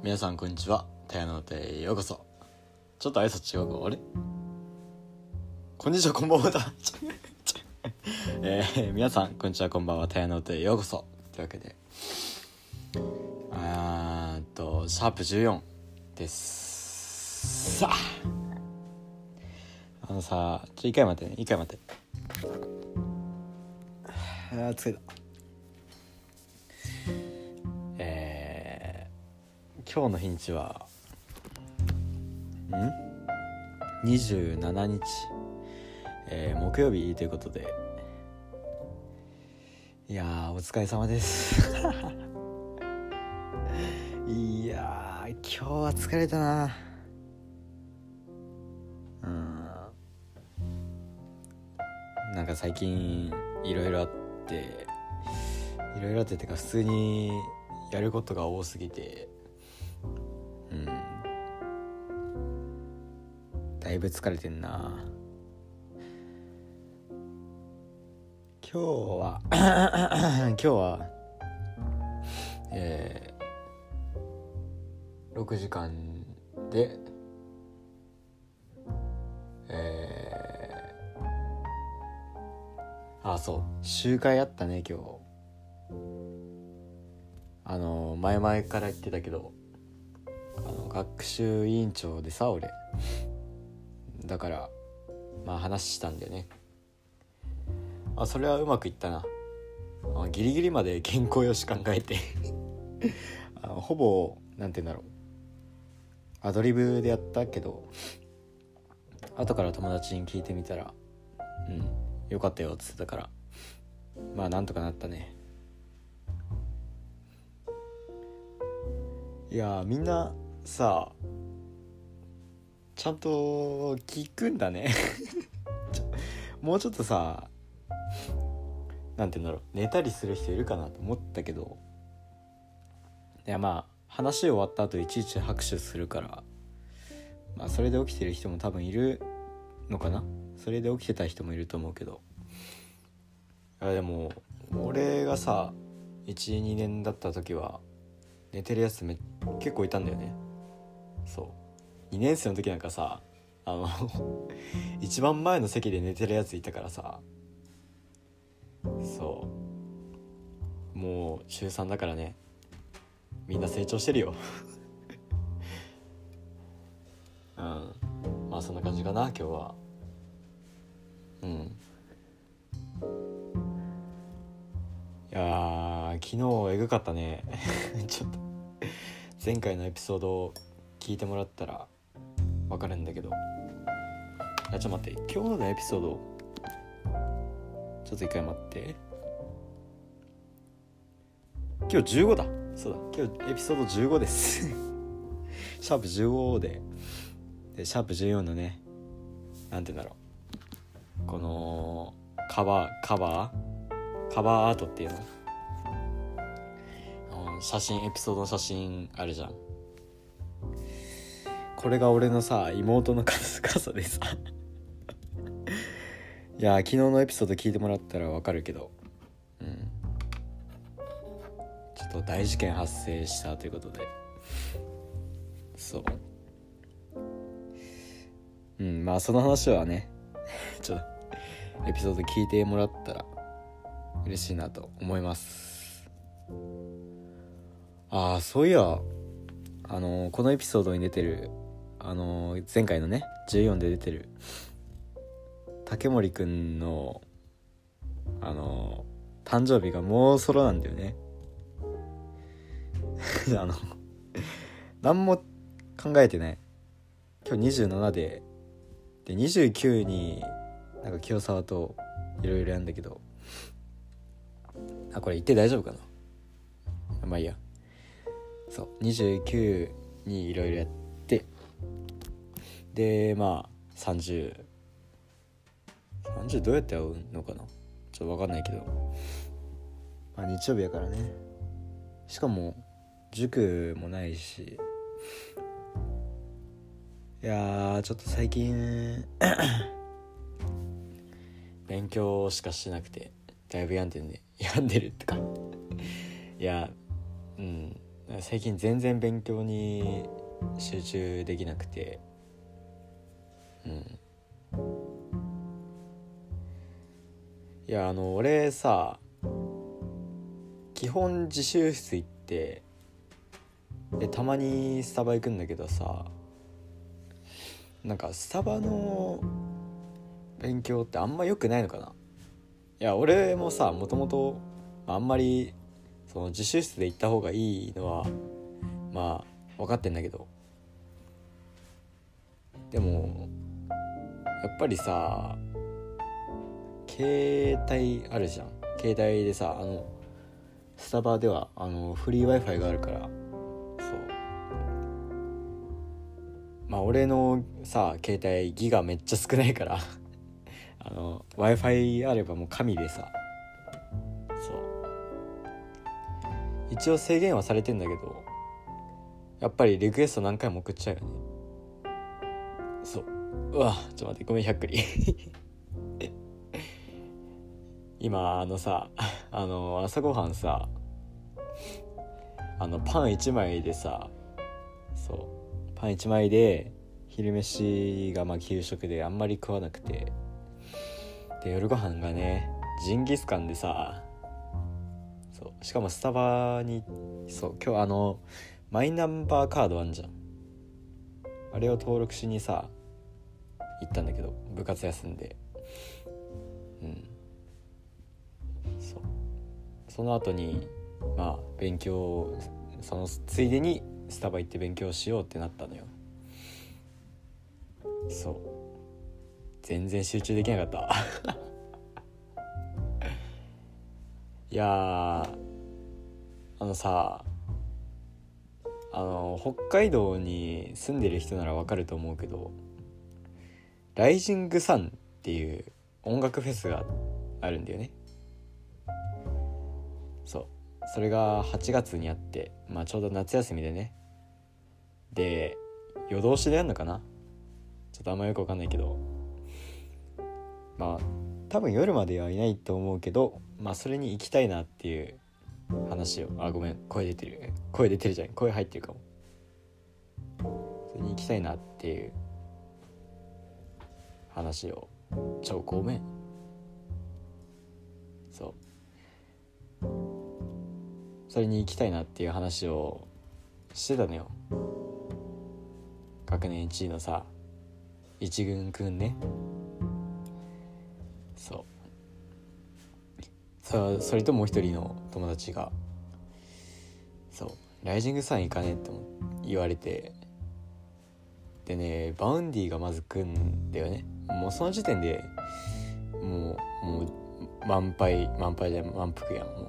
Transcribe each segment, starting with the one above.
皆さんこんにちは。たやのてへようこそ。ちょっと挨拶違うか。あれ、こんにちはこんばんはだ皆さんこんにちはこんばんは。たやのてへようこそというわけでシャープ14ですさあ。さ一回待ってね、疲れた。今日の日にちは27日、木曜日ということで、いやーお疲れ様ですいやー今日は疲れたな。なんか最近いろいろあっててか普通にやることが多すぎてだいぶ疲れてんな。今日は6時間でそう集会あったね今日。前々から言ってたけど学習委員長でさ俺だから話したんだよね。それはうまくいったな。ギリギリまで原稿用紙考えてほぼなんて言うんだろう、アドリブでやったけど後から友達に聞いてみたらよかったよっつってたからなんとかなったね。いやみんなさちゃんと聞くんだねもうちょっとさなんて言うんだろう、寝たりする人いるかなと思ったけど、いや話終わった後いちいち拍手するからそれで起きてる人も多分いるのかな。それで起きてた人もいると思うけど、でも俺がさ 1,2 年だった時は寝てるやつ結構いたんだよね。そう2年生の時なんかさ一番前の席で寝てるやついたからさ、そうもう中3だからね、みんな成長してるよそんな感じかな今日は。いやー昨日エグかったねちょっと前回のエピソードを聞いてもらったら分かるんだけど、ちょっと待って、今日のエピソードちょっと一回待って、今日15だ。そうだ、今日エピソード15ですシャープ15でシャープ14のね、なんて言うんだろう、このカバーアートっていうの、写真、エピソードの写真あるじゃん。これが俺のさ妹の傘でさいや昨日のエピソード聞いてもらったら分かるけど、ちょっと大事件発生したということで、そうその話はねちょっとエピソード聞いてもらったら嬉しいなと思います。そういやこのエピソードに出てる前回のね14で出てる竹森くんの誕生日がもうそろなんだよね何も考えてない。今日27で29になんか清沢といろいろやるんだけど、これ言って大丈夫かな。いいや。そう29にいろいろやって、で30どうやって会うのかな、ちょっと分かんないけど、日曜日やからね。しかも塾もないし、いやちょっと最近勉強しかしてなくてだいぶ病んでるってかいや最近全然勉強に集中できなくて、いや俺さ、基本自習室行ってでたまにスタバ行くんだけどさ、なんかスタバの勉強ってあんま良くないのかな。いや俺もさ、もともとあんまりその自習室で行った方がいいのはまあ分かってんだけど、でもやっぱりさ、携帯あるじゃん。携帯でさ、スタバではフリー Wi-Fi があるから、そうまあ俺のさ携帯ギガめっちゃ少ないからWi-Fi あればもう神でさ、そう一応制限はされてんだけど、やっぱりリクエスト何回も送っちゃうよね。そう、うわちょっと待って、ごめん100り今さ朝ごはんさ、パン1枚でさ、そうパン1枚で昼飯がまあ給食であんまり食わなくて、で夜ご飯がねジンギスカンでさ、そうしかもスタバに、そう今日マイナンバーカードあんじゃん。あれを登録しにさ行ったんだけど、部活休んで、その後にまあ勉強、そのついでにスタバ行って勉強しようってなったのよ。そう全然集中できなかったいやさ、北海道に住んでる人ならわかると思うけど、ライジングサンっていう音楽フェスがあるんだよね。そうそれが8月にあって、まあちょうど夏休みでね、で夜通しでやんのかな、ちょっとあんまよくわかんないけど、まあ多分夜まではいないと思うけど、まあそれに行きたいなっていう話を、ごめん声出てるじゃん、声入ってるかも。それに行きたいなっていう話を、ごめん、そうそれに行きたいなっていう話をしてたのよ、学年1位のさ一軍くんね。それともう一人の友達が、ライジングサン行かねって言われて、でねバウンディがまず来んだよね。もうその時点でもう満腹やん。もう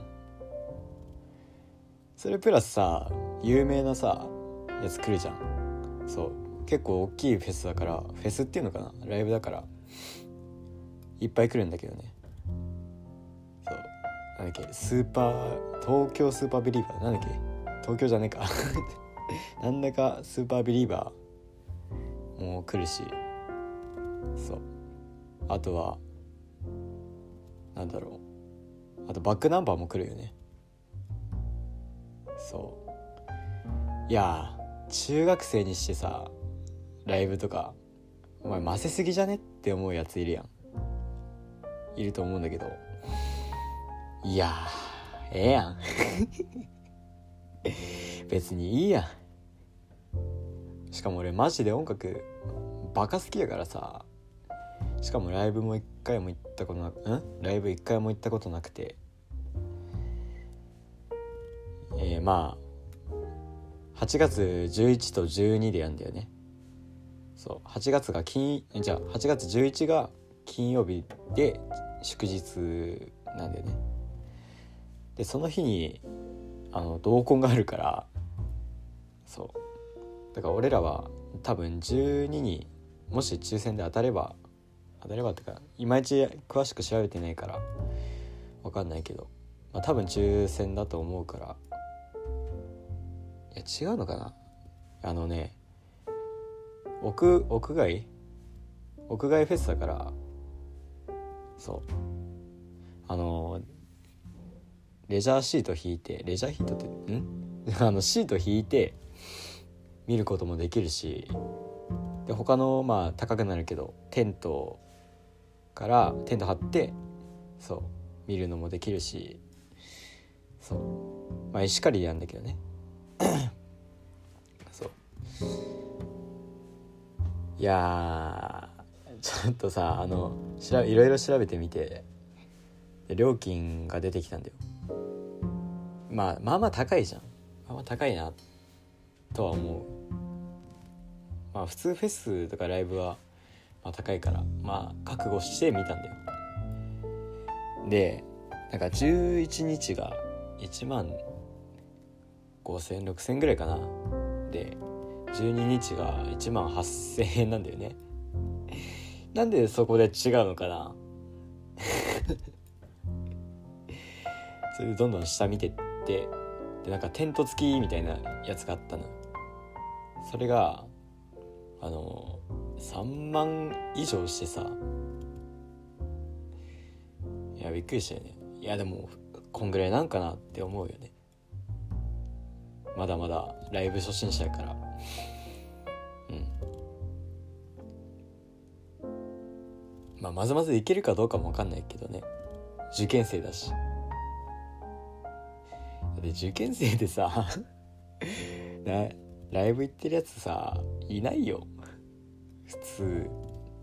それプラスさ有名なさやつ来るじゃん。そう結構大きいフェスだから、フェスっていうのかな、ライブだからいっぱい来るんだけどね。そうなんだっけ、東京スーパービリーバー、なんだっけ、東京じゃねえかなんだかスーパービリーバーもう来るし、そうあとはなんだろう、あとバックナンバーも来るよね。そういや中学生にしてさライブとかお前ませすぎじゃねって思うやついると思うんだけど、いやええやん別にいいやん。しかも俺マジで音楽バカ好きやからさ、しかもライブ一回も行ったことなくて、まあ8月11と12でやんだよね。そう8月11が金曜日で祝日なんだよね。でその日に同梱があるから、そうだから俺らは多分12にもし抽選で当たればってかいまいち詳しく調べてないから分かんないけど、まあ、多分抽選だと思うから、いや違うのかな、屋外フェスだから、そうレジャーシート引いて、レジャーヒートってシート引いて見ることもできるし、で他のまあ高くなるけどテント張ってそう見るのもできるし、そうまあ石狩りなんだけどねそういやちょっとさいろいろ調べてみて、で料金が出てきたんだよ。まあ高いじゃん。まあ高いなとは思う。まあ普通フェスとかライブはまあ高いからまあ覚悟してみたんだよ。でなんか11日が1万5000、6000ぐらいかな。で12日が1万8000円なんだよね。なんでそこで違うのかなそれでどんどん下見てって、でなんかテント付きみたいなやつがあったの。それが3万以上してさ、いやびっくりしたよね。いやでもこんぐらいなんかなって思うよね。まだまだライブ初心者やからまずまずいけるかどうかも分かんないけどね、受験生だし。で受験生でさライブ行ってるやつさいないよ普通。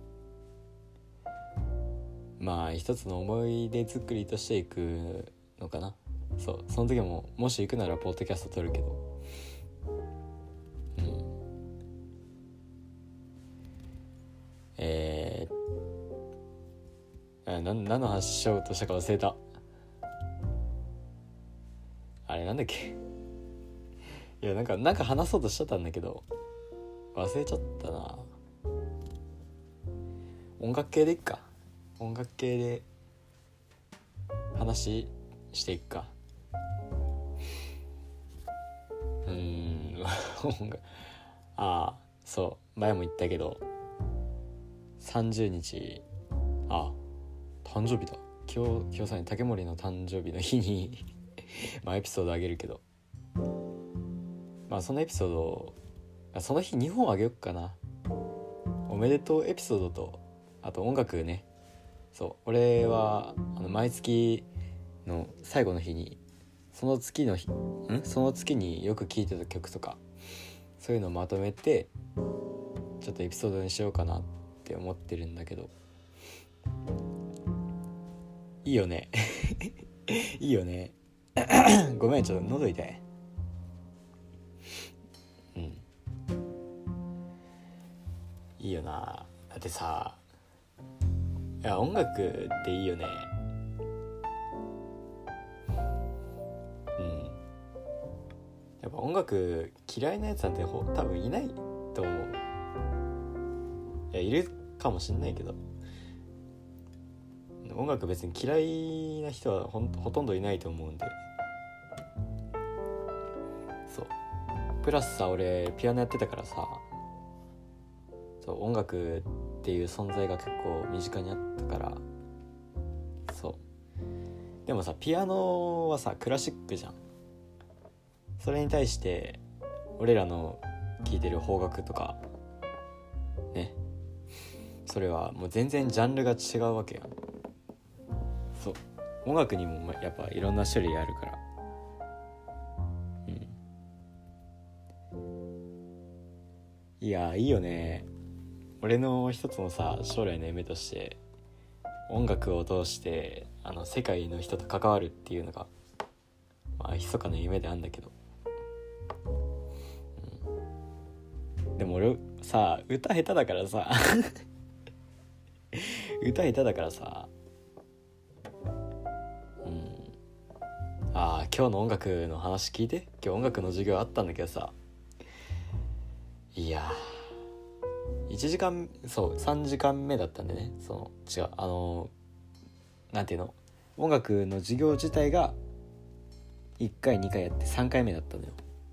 まあ一つの思い出作りとしていくのかな。その時ももし行くならポッドキャスト撮るけど、何の話しようとしたか忘れた。あれなんだっけいやなんか話そうとしちゃったんだけど忘れちゃったな。音楽系でいっか。音楽系で話していっか。そう前も言ったけど30日誕生日だ。今日さに竹森の誕生日の日にまあエピソードあげるけど、まあそのエピソードをその日2本あげよっかな。おめでとうエピソードとあと音楽ね。そう俺は毎月の最後の日にその月によく聴いてた曲とかそういうのをまとめてちょっとエピソードにしようかなって思ってるんだけど、いいよねいいよねごめんちょっと喉痛い。いいよな。だってさ、いや音楽っていいよね。やっぱ音楽嫌いなやつなんて多分いないと思う。いやいるかもしんないけど、音楽別に嫌いな人はほとんどいないと思うんで。そうプラスさ俺ピアノやってたからさ、そう音楽っていう存在が結構身近にあったから。そうでもさピアノはさクラシックじゃん。それに対して俺らの聴いてる邦楽とかね、それはもう全然ジャンルが違うわけよ。そう音楽にもやっぱいろんな種類あるから。いやいいよね。俺の一つのさ将来の夢として音楽を通して世界の人と関わるっていうのがまあ密かな夢であんだけど、でも俺さ歌下手だからさ歌下手だからさ今日の音楽の話聞いて。今日音楽の授業あったんだけどさ、いや1時間3時間目だったんでね。違うなんていうの、音楽の授業自体が1回2回やって3回目だったのよ。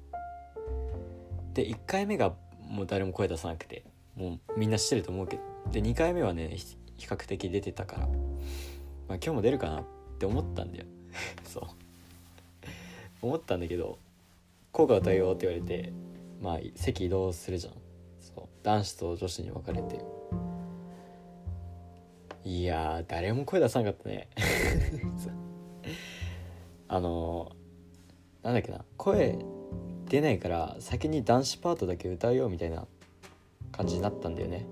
で1回目がもう誰も声出さなくてもうみんな知ってると思うけど、で2回目はね比較的出てたから、まあ、今日も出るかなって思ったんだよそう思ったんだけど、 校歌歌うよって言われて、まあ席移動するじゃん。そう、男子と女子に分かれて、いやー誰も声出さなかったねなんだっけな、声出ないから先に男子パートだけ歌うよみたいな感じになったんだよね。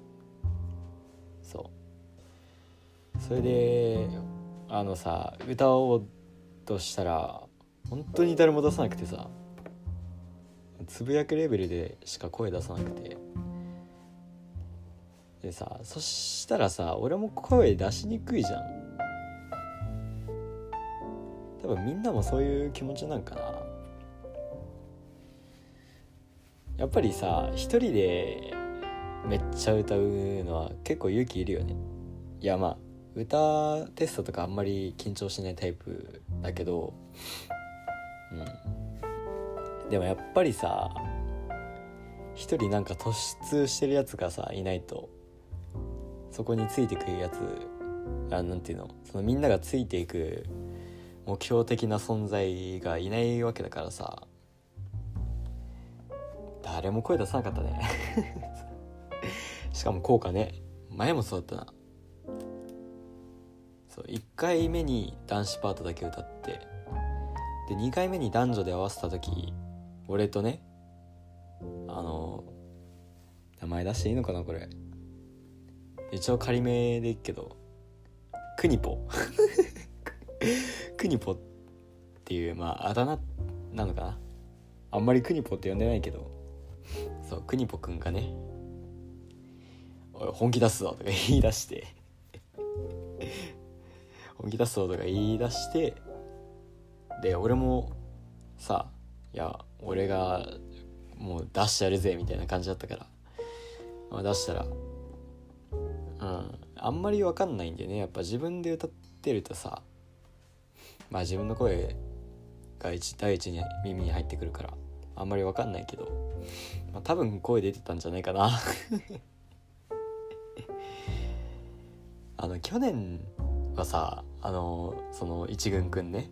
そうそれで歌おうとしたら本当に誰も出さなくてさ、つぶやくレベルでしか声出さなくて、でさ、そしたらさ俺も声出しにくいじゃん。多分みんなもそういう気持ちなんかな。やっぱりさ一人でめっちゃ歌うのは結構勇気いるよね。いやまあ歌テストとかあんまり緊張しないタイプだけど、でもやっぱりさ一人なんか突出してるやつがさいないと、そこについてくるやつ、なんていうの、そのみんながついていく目標的な存在がいないわけだからさ、誰も声出さなかったねしかも効果ね、前もそうだったな。そう、1回目に男子パートだけ歌って、で2回目に男女で合わせた時、俺とね、名前出していいのかなこれ、一応仮名でいいけどクニポクニポっていうまああだ名なのかな、あんまりクニポって呼んでないけど、そうクニポくんがね、おい本気出すぞとか言い出して本気出すぞとか言い出して、で俺もさ、いや俺がもう出してやるぜみたいな感じだったから、まあ、出したらあんまり分かんないんだよね。やっぱ自分で歌ってるとさ、まあ自分の声が第一に耳に入ってくるからあんまり分かんないけど、まあ、多分声出てたんじゃないかな去年はさ、その一軍くんね、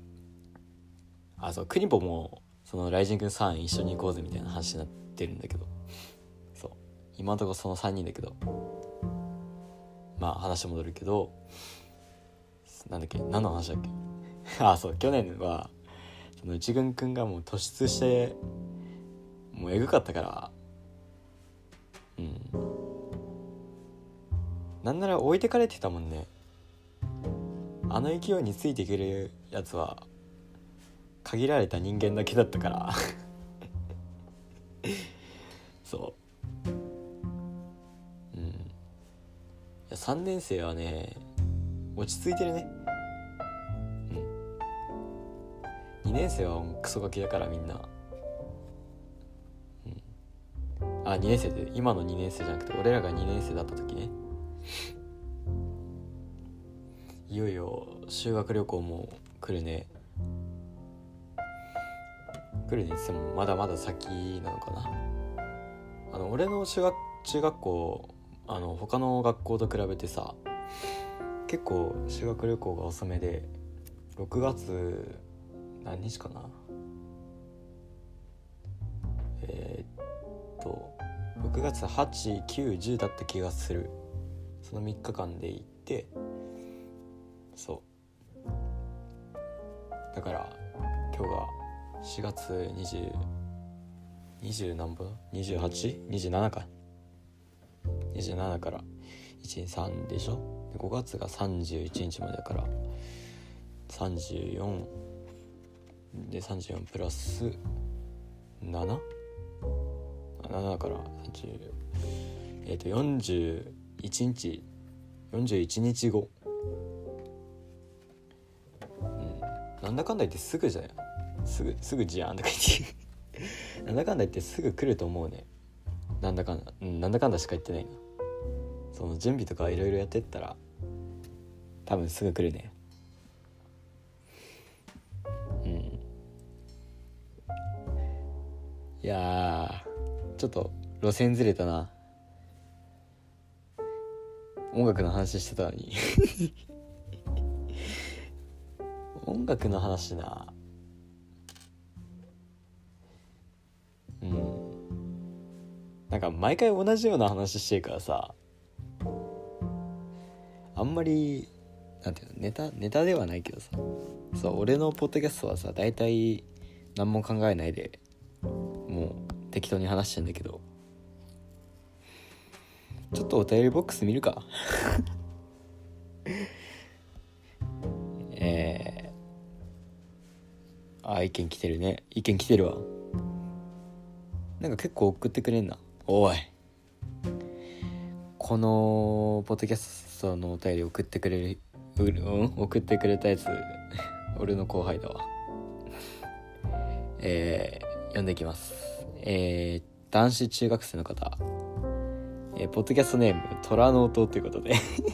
そうクニポもその雷神くん3一緒に行こうぜみたいな話になってるんだけど、そう今のところその3人だけど、まあ話戻るけど、なんだっけ、何の話だっけそう去年はその一軍くんがもう突出してもうエグかったから、なんなら置いてかれてたもんね。あの勢いについていけるやつは限られた人間だけだったからそういや3年生はね落ち着いてるね。2年生はクソガキだからみんな、2年生って今の2年生じゃなくて俺らが2年生だった時ね。いよいよ修学旅行も来るね。来るにしてもまだまだ先なのかな。俺の中学校他の学校と比べてさ結構修学旅行が遅めで、6月何日かな、6月8、9、10だった気がする。その3日間で行って、そうだから今日が4月20何分 28?27 か27から123でしょ。で5月が31日までだから34で34プラス 7?7 だから41日後、なんだかんだ言ってすぐじゃない、すぐじゃんとか言ってなんだかんだ言ってすぐ来ると思うね。なんだかんだしか言ってないな。その準備とかいろいろやってったら多分すぐ来るね。いやーちょっと路線ずれたな。音楽の話してたのに音楽の話な。 なんか毎回同じような話してるからさ、あんまりなんていうの、ネタではないけどさ、そう俺のポッドキャストはさ、大体何も考えないでもう適当に話してんだけど、ちょっとお便りボックス見るか意見来てるね。意見来てるわ。なんか結構送ってくれんな。おい、このポッドキャストのお便り送ってくれたやつ俺の後輩だわ。読んでいきます。男子中学生の方、ポッドキャストネーム虎の音ということで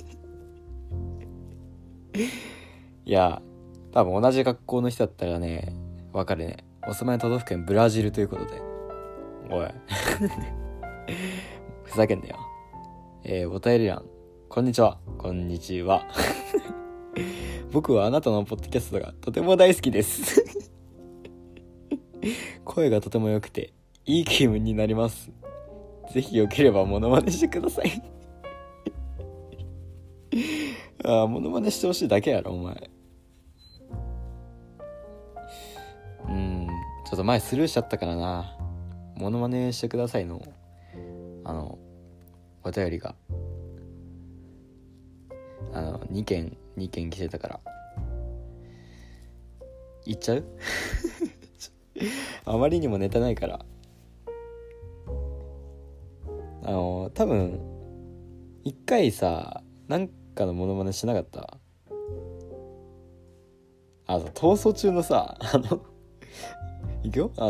いや多分同じ学校の人だったらねわかるね。お住まいの都道府県ブラジルということで、おいふざけんなよ。お便り欄、こんにちは。こんにちは僕はあなたのポッドキャストがとても大好きです声がとても良くていい気分になります。ぜひよければモノマネしてくださいモノマネしてほしいだけやろお前。ちょっと前スルーしちゃったからな。モノマネしてくださいのお便りが2件来てたから言っちゃうあまりにもネタないから多分一回さなんかのモノマネしなかった？逃走中のさいくよ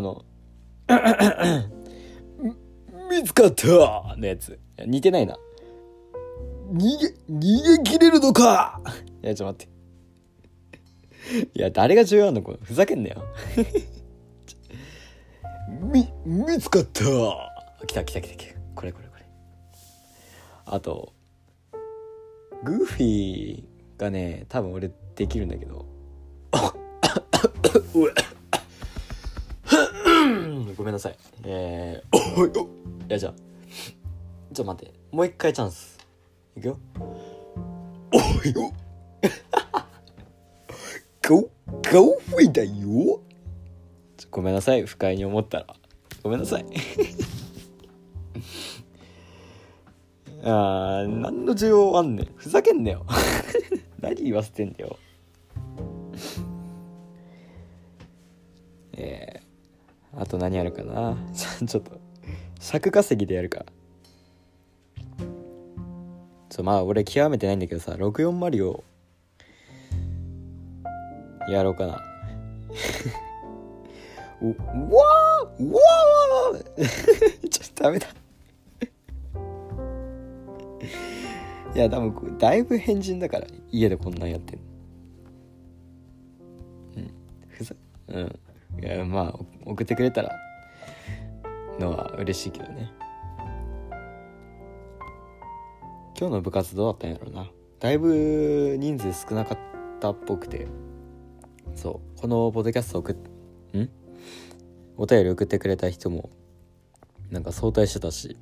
見つかったのやつ似てないな。逃げ切れるのかいやちょっと待っていや誰が重要なのこれふざけんなよ見つかった来たこれあとグーフィーがね多分俺できるんだけどごめんなさい。いやじゃあちょっと待って、もう一回チャンスいくよ。おいよゴーフィーだよ。ごめんなさい、不快に思ったらごめんなさい何の需要あんねん、ふざけんなよ何言わせてんだよあと何あるかなちょっと尺稼ぎでやるか。まあ俺極めてないんだけどさ、64マリオやろうかなうわーちょっとダメだいや多分だいぶ変人だから家でこんなんやってんの。いやまあ送ってくれたらのは嬉しいけどね。今日の部活どうだったんやろうな。だいぶ人数少なかったっぽくて、そうこのポッドキャストお便り送ってくれた人もなんか早退してたし、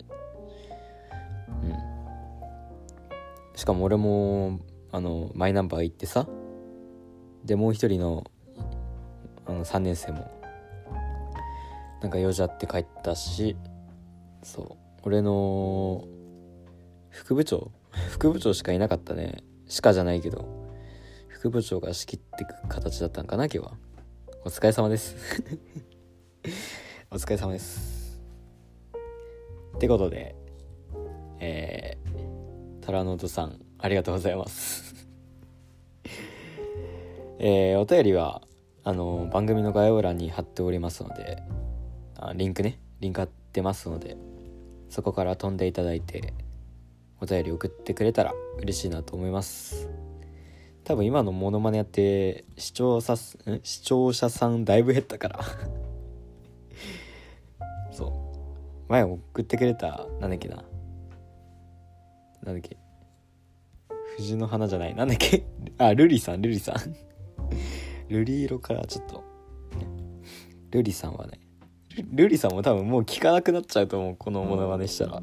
しかも俺もマイナンバー行ってさ、でもう一人の3年生もなんか用事あって帰ったし、俺の副部長しかいなかったね。しかじゃないけど副部長が仕切ってく形だったんかな今日は。お疲れ様ですお疲れ様ですってことで虎の音さんありがとうございますお便りは番組の概要欄に貼っておりますので、リンク貼ってますので、そこから飛んでいただいてお便り送ってくれたら嬉しいなと思います。多分今のモノマネやって視聴者さんだいぶ減ったから前送ってくれたなんだっけ藤の花じゃない、なんだっけルリさんルリ色からちょっとルリさんはね、ルルリさんも多分もう聞かなくなっちゃうと思う、このモノマネしたら。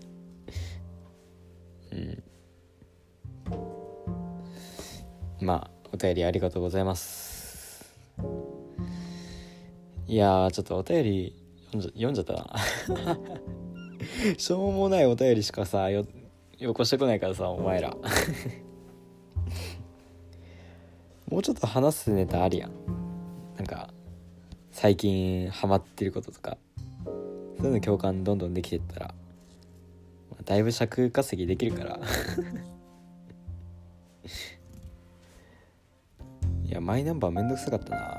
まあお便りありがとうございます。いやー、ちょっとお便り読んじゃったなしょうもないお便りしかさよこしてこないからさ、お前らもうちょっと話すネタありやん。なんか最近ハマってることとか、そういうの共感どんどんできてったら、だいぶ尺稼ぎできるからいや、マイナンバーめんどくさかったな。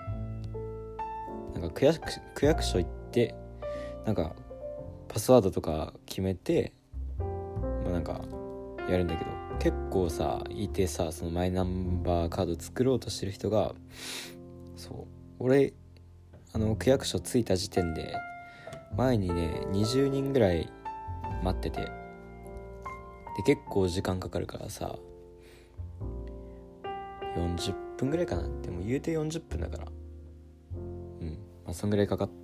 なんか区役所行ってなんかパスワードとか決めて、なんかやるんだけど、結構さいてさ、そのマイナンバーカード作ろうとしてる人が、そう俺区役所着いた時点で前にね20人ぐらい待ってて、で結構時間かかるからさ、40分ぐらいかな。でも言うて40分だから、そんぐらいかかって、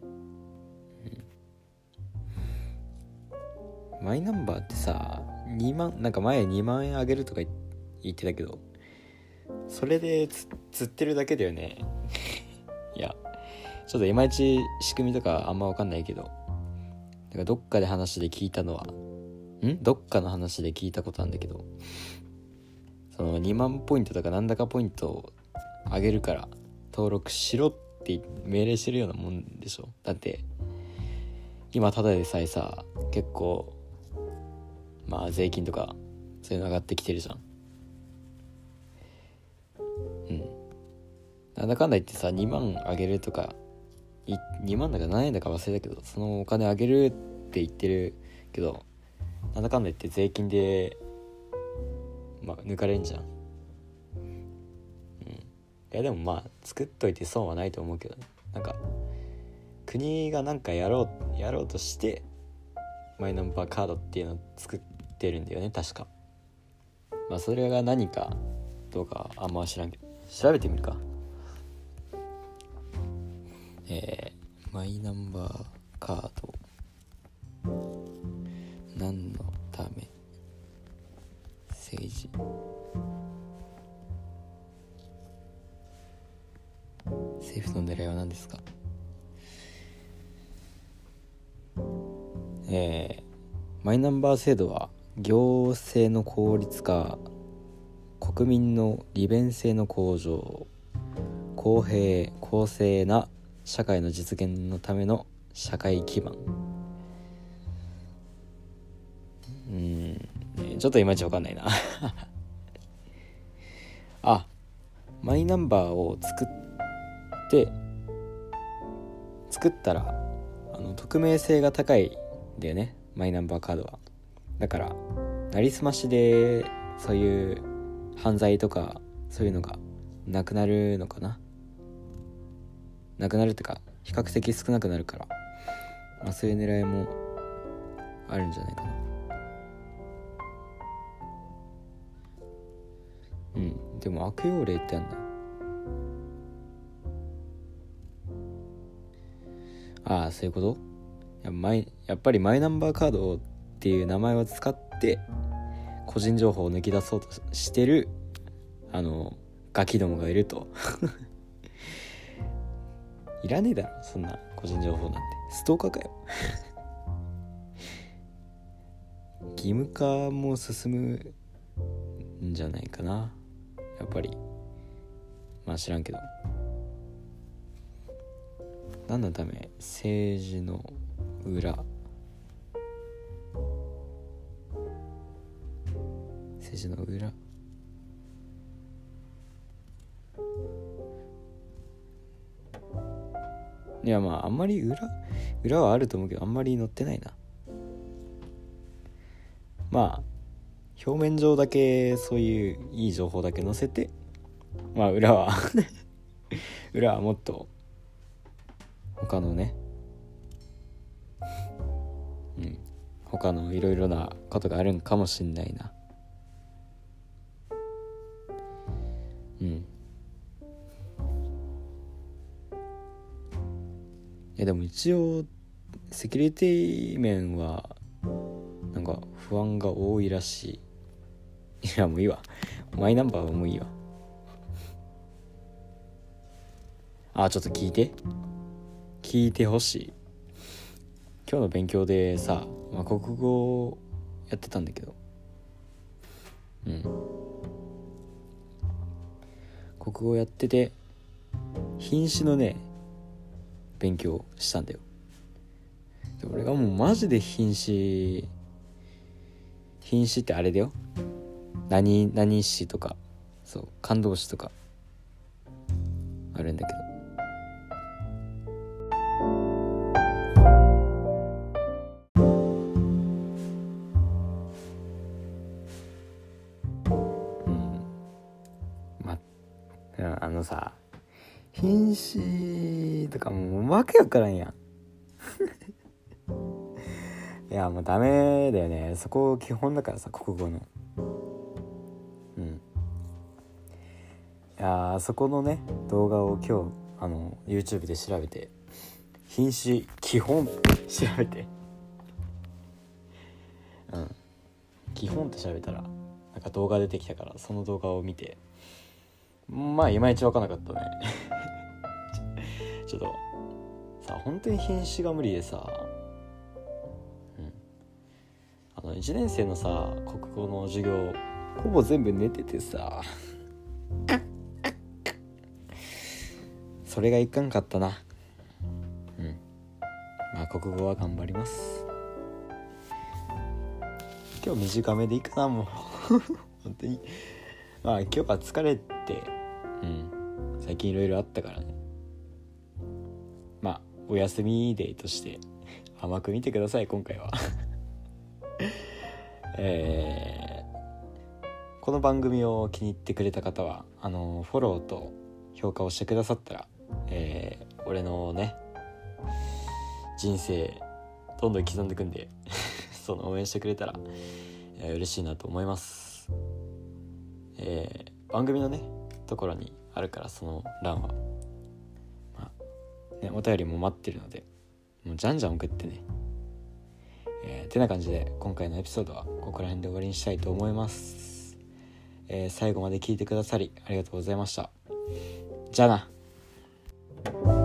マイナンバーってさ2万、なんか前2万円あげるとか言ってたけど、それで釣ってるだけだよねいやちょっといまいち仕組みとかあんま分かんないけど、なんかどっかの話で聞いたことあるんだけど、その2万ポイントとかなんだかポイントをあげるから登録しろって命令してるようなもんでしょ。だって今ただでさえさ結構税金とかそういうの上がってきてるじゃん。なんだかんだ言ってさ2万あげるとか、2万だか何円だか忘れたけど、そのお金あげるって言ってるけど、なんだかんだ言って税金で抜かれんじゃん。いやでも作っといて損はないと思うけどね。なんか国がなんかやろうとしてマイナンバーカードっていうのを作ってるんだよね確か。それが何かどうかあんま知らんけど、調べてみるか。マイナンバーカード何のため政治政府の狙いは何ですか。マイナンバー制度は行政の効率化、国民の利便性の向上、公平公正な社会の実現のための社会基盤。ちょっといまいちわかんないなマイナンバーを作ったら匿名性が高いんだよね、マイナンバーカードは。だからなりすましでそういう犯罪とかそういうのがなくなるのかな。なくなるってか比較的少なくなるから、そういう狙いもあるんじゃないかな。でも悪用例ってあんだ。そういうこと。やっぱりマイナンバーカードっていう名前を使って個人情報を抜き出そうとしてるガキどもがいるといらねえだろそんな個人情報なんて。ストーカーかよ義務化も進むんじゃないかなやっぱり。知らんけど、何のため政治の裏、いやあんまり裏はあると思うけどあんまり載ってないな。表面上だけそういういい情報だけ載せて、裏は裏はもっと他のね、他のいろいろなことがあるんかもしんないな。 でも一応セキュリティ面はなんか不安が多いらしい。いやもういいわ、マイナンバーはもういいわ。ちょっと聞いてほしい。今日の勉強でさ、国語やってたんだけど、国語やってて品詞のね勉強したんだよ。で俺がもうマジで品詞ってあれだよ、何詞とか、そう感動詞とかあるんだけど、さ品詞とかもうわけわからんやんいやもうダメだよね、そこ基本だからさ、国語の。いやそこのね動画を今日YouTube で調べて、品詞基本調べて基本って調べたらなんか動画出てきたから、その動画を見てまあいまいち分からなかったねちょっとさ本当に品詞が無理でさ、1年生のさ国語の授業ほぼ全部寝ててさそれがいかんかったな。まあ国語は頑張ります。今日短めでいいかな、もう本当にまあ今日は疲れて最近いろいろあったからね、まあお休みデーとして甘く見てください今回はこの番組を気に入ってくれた方はフォローと評価をしてくださったら、俺のね人生どんどん刻んでいくんでその応援してくれたら、嬉しいなと思います。番組のねところにあるからその欄は、お便りも待ってるのでもうじゃんじゃん送ってね。てな感じで今回のエピソードはここら辺で終わりにしたいと思います。最後まで聞いてくださりありがとうございました。じゃあな。